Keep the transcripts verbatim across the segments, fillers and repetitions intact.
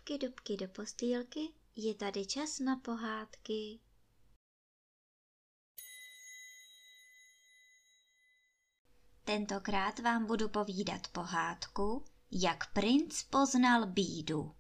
dubky, dubky do postýlky, je tady čas na pohádky. Tentokrát vám budu povídat pohádku, jak princ poznal bídu.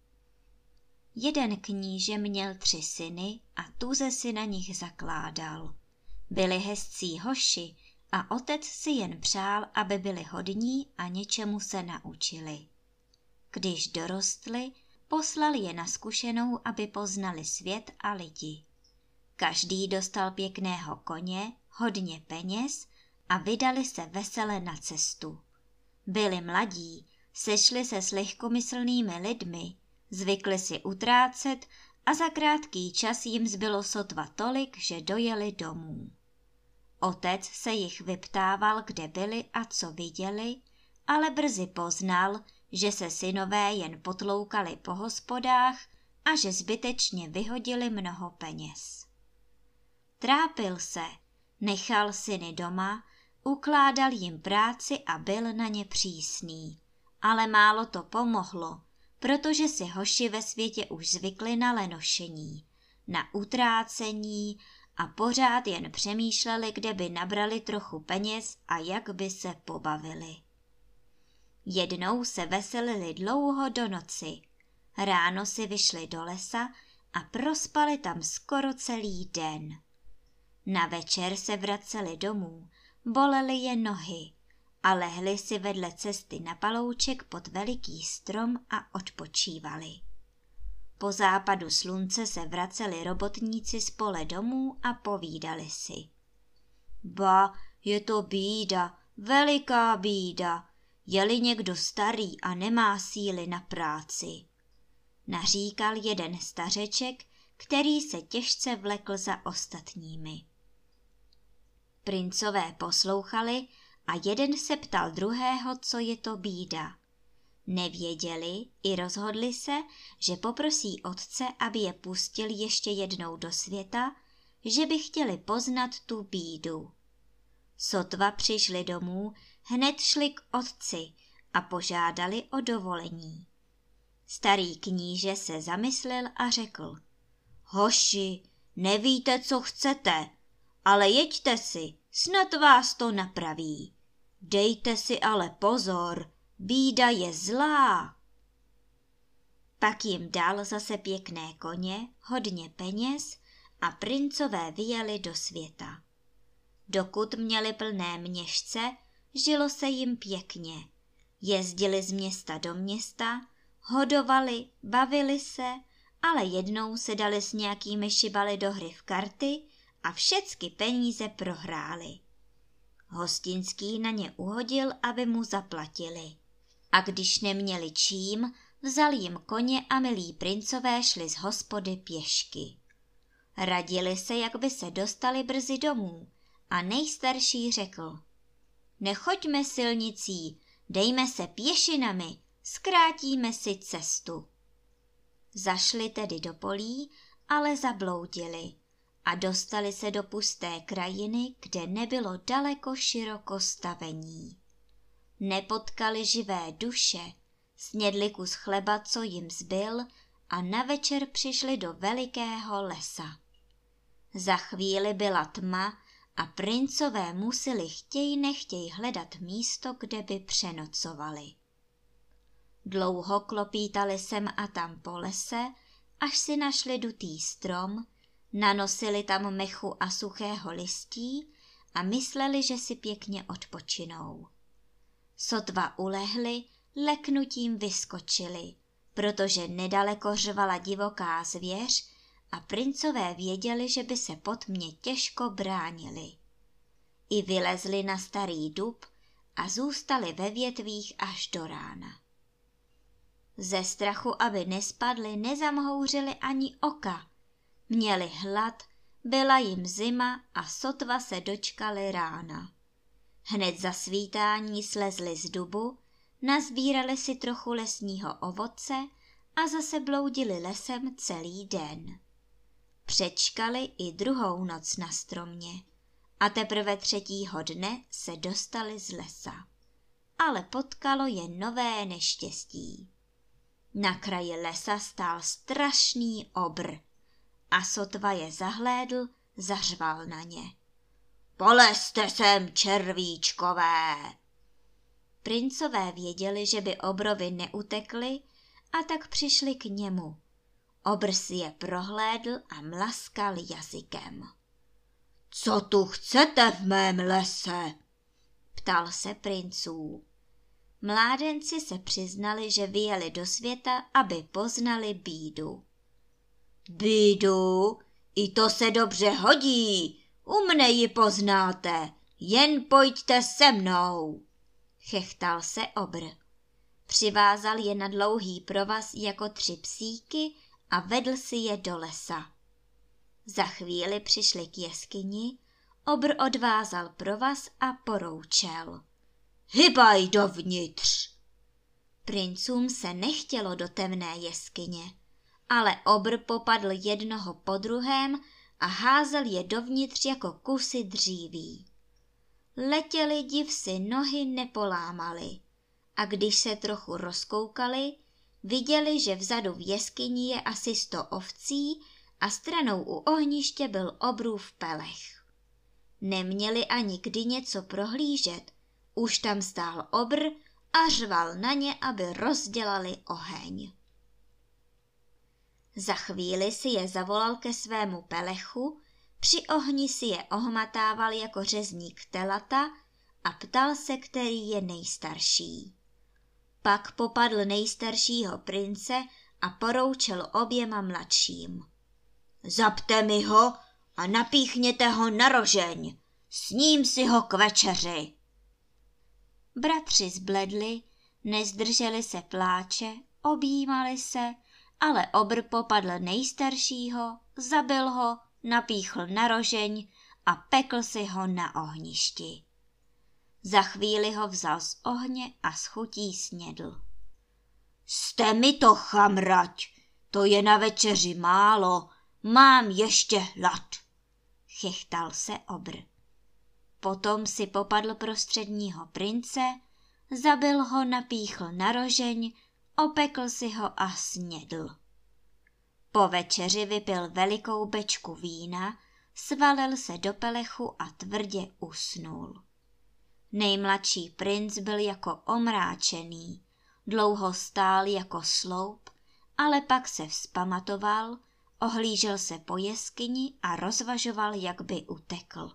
Jeden kníže měl tři syny a tuze si na nich zakládal. Byli hezcí hoši a otec si jen přál, aby byli hodní a něčemu se naučili. Když dorostli, poslal je na zkušenou, aby poznali svět a lidi. Každý dostal pěkného koně, hodně peněz a vydali se vesele na cestu. Byli mladí, sešli se s lehkomyslnými lidmi, zvykli si utrácet a za krátký čas jim zbylo sotva tolik, že dojeli domů. Otec se jich vyptával, kde byli a co viděli, ale brzy poznal, že se synové jen potloukali po hospodách a že zbytečně vyhodili mnoho peněz. Trápil se, nechal syny doma, ukládal jim práci a byl na ně přísný, ale málo to pomohlo, protože si hoši ve světě už zvykli na lenošení, na utrácení a pořád jen přemýšleli, kde by nabrali trochu peněz a jak by se pobavili. Jednou se veselili dlouho do noci. Ráno si vyšli do lesa a prospali tam skoro celý den. Na večer se vraceli domů, bolely je nohy a lehli si vedle cesty na palouček pod veliký strom a odpočívali. Po západu slunce se vraceli robotníci z pole domů a povídali si. Ba, je to bída, veliká bída, je-li někdo starý a nemá síly na práci. Naříkal jeden stařeček, který se těžce vlekl za ostatními. Princové poslouchali a jeden se ptal druhého, co je to bída. Nevěděli i rozhodli se, že poprosí otce, aby je pustil ještě jednou do světa, že by chtěli poznat tu bídu. Sotva přišli domů, hned šli k otci a požádali o dovolení. Starý kníže se zamyslel a řekl: Hoši, nevíte, co chcete, ale jeďte si, snad vás to napraví. Dejte si ale pozor, bída je zlá. Pak jim dal zase pěkné koně, hodně peněz a princové vyjeli do světa. Dokud měli plné měšce, žilo se jim pěkně. Jezdili z města do města, hodovali, bavili se, ale jednou se dali s nějakými šibali do hry v karty a všecky peníze prohráli. Hostinský na ně uhodil, aby mu zaplatili. A když neměli čím, vzal jim koně a milí princové šli z hospody pěšky. Radili se, jak by se dostali brzy domů, a nejstarší řekl: Nechoďme silnicí, dejme se pěšinami, zkrátíme si cestu. Zašli tedy do polí, ale zabloudili a dostali se do pusté krajiny, kde nebylo daleko široko stavení. Nepotkali živé duše, snědli kus chleba, co jim zbyl, a na večer přišli do velikého lesa. Za chvíli byla tma a princové museli chtěj nechtěj hledat místo, kde by přenocovali. Dlouho klopítali sem a tam po lese, až si našli dutý strom, nanosili tam mechu a suchého listí a mysleli, že si pěkně odpočinou. Sotva ulehli, leknutím vyskočili, protože nedaleko řvala divoká zvěř a princové věděli, že by se pod mě těžko bránili. I vylezli na starý dub a zůstali ve větvích až do rána. Ze strachu, aby nespadli, nezamhouřili ani oka. Měli hlad, byla jim zima a sotva se dočkali rána. Hned za svítání slezli z dubu, nazbírali si trochu lesního ovoce a zase bloudili lesem celý den. Přečkali i druhou noc na stromě a teprve třetího dne se dostali z lesa. Ale potkalo je nové neštěstí. Na kraji lesa stál strašný obr a sotva je zahlédl, zařval na ně. Polezte sem, červíčkové! Princové věděli, že by obrovi neutekli, a tak přišli k němu. Obr si je prohlédl a mlaskal jazykem. Co tu chcete v mém lese? Ptal se princů. Mládenci se přiznali, že vyjeli do světa, aby poznali bídu. Bídu? I to se dobře hodí. U mne ji poznáte, jen pojďte se mnou. Chechtal se obr. Přivázal je na dlouhý provaz jako tři psíky a vedl si je do lesa. Za chvíli přišli k jeskyni, obr odvázal provaz a poroučel. Hybaj dovnitř! Princům se nechtělo do temné jeskyně, ale obr popadl jednoho po druhém a házel je dovnitř jako kusy dříví. Letěli, div si nohy nepolámali, a když se trochu rozkoukali, viděli, že vzadu v jeskyni je asi sto ovcí a stranou u ohniště byl obrův pelech. Neměli ani kdy něco prohlížet, už tam stál obr a řval na ně, aby rozdělali oheň. Za chvíli si je zavolal ke svému pelechu, při ohni si je ohmatával jako řezník telata a ptal se, který je nejstarší. Pak popadl nejstaršího prince a poroučel oběma mladším. Zapte mi ho a napíchněte ho na rožeň, sním si ho k večeři. Bratři zbledli, nezdrželi se pláče, objímali se, ale obr popadl nejstaršího, zabil ho, napíchl na rožeň a pekl si ho na ohništi. Za chvíli ho vzal z ohně a s chutí snědl. Jste mi to, chamrať, to je na večeři málo, mám ještě hlad, chechtal se obr. Potom si popadl prostředního prince, zabil ho, napíchl na rožeň, opekl si ho a snědl. Po večeři vypil velikou bečku vína, svalil se do pelechu a tvrdě usnul. Nejmladší princ byl jako omráčený, dlouho stál jako sloup, ale pak se vzpamatoval, ohlížel se po jeskyni a rozvažoval, jak by utekl.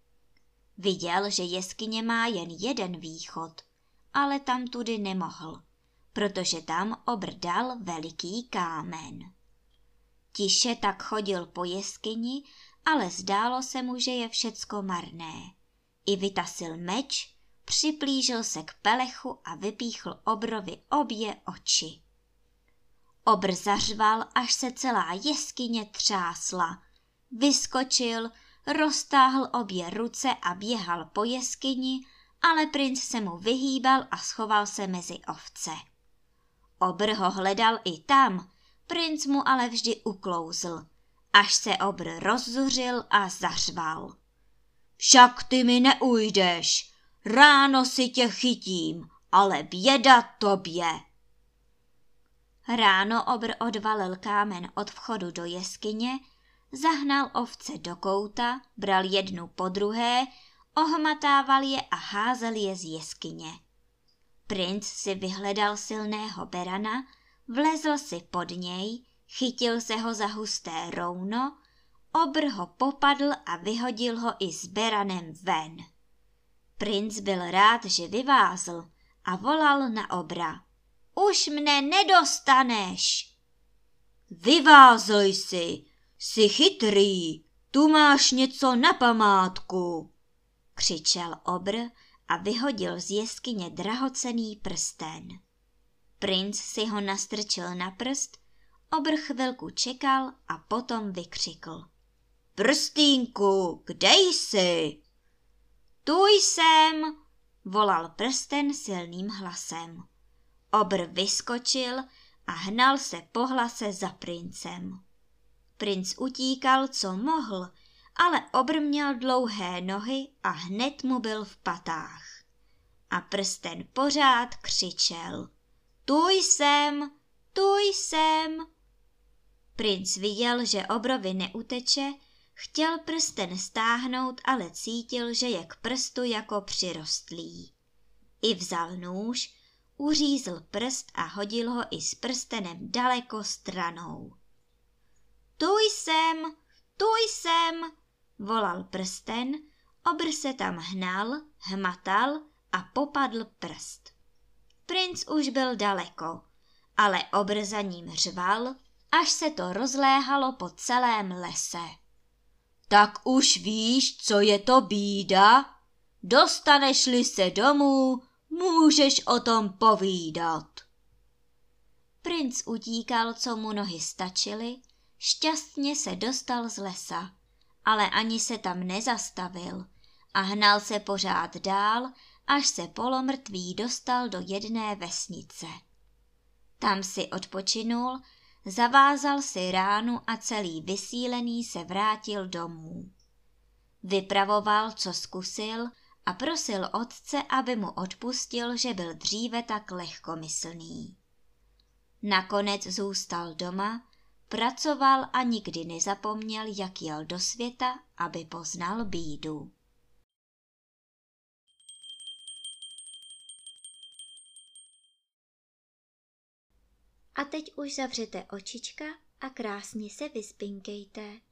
Viděl, že jeskyně má jen jeden východ, ale tam tudy nemohl, protože tam obr dal veliký kámen. Tiše tak chodil po jeskyni, ale zdálo se mu, že je všecko marné. I vytasil meč, připlížil se k pelechu a vypíchl obrovi obě oči. Obr zařval, až se celá jeskyně třásla. Vyskočil, roztáhl obě ruce a běhal po jeskyni, ale princ se mu vyhýbal a schoval se mezi ovce. Obr ho hledal i tam, princ mu ale vždy uklouzl, až se obr rozzuřil a zařval. Však ty mi neujdeš, ráno si tě chytím, ale běda tobě. Ráno obr odvalil kámen od vchodu do jeskyně, zahnal ovce do kouta, bral jednu po druhé, ohmatával je a házel je z jeskyně. Princ si vyhledal silného berana, vlezl si pod něj, chytil se ho za husté rouno, obr ho popadl a vyhodil ho i s beranem ven. Princ byl rád, že vyvázl a volal na obra. Už mne nedostaneš. Vyvázl jsi, jsi chytrý, tu máš něco na památku, křičel obr a vyhodil z jeskyně drahocenný prsten. Princ si ho nastrčil na prst, obr chvilku čekal a potom vykřikl. Prstýnku, kde jsi? Tu jsem, volal prsten silným hlasem. Obr vyskočil a hnal se po hlase za princem. Princ utíkal, co mohl, ale obr měl dlouhé nohy a hned mu byl v patách. A prsten pořád křičel. Tu jsem, tu tu jsem. Princ viděl, že obrovi neuteče, chtěl prsten stáhnout, ale cítil, že je k prstu jako přirostlý. I vzal nůž, uřízl prst a hodil ho i s prstenem daleko stranou. Tu jsem, tu jsem, volal prsten, obr se tam hnal, hmatal a popadl prst. Princ už byl daleko, ale obr za ním řval, až se to rozléhalo po celém lese. Tak už víš, co je to bída? Dostaneš-li se domů, můžeš o tom povídat. Princ utíkal, co mu nohy stačily, šťastně se dostal z lesa, ale ani se tam nezastavil a hnal se pořád dál, až se polomrtvý dostal do jedné vesnice. Tam si odpočinul, zavázal si ránu a celý vysílený se vrátil domů. Vypravoval, co zkusil, a prosil otce, aby mu odpustil, že byl dříve tak lehkomyslný. Nakonec zůstal doma, pracoval a nikdy nezapomněl, jak jel do světa, aby poznal bídu. A teď už zavřete očička a krásně se vyspinkejte.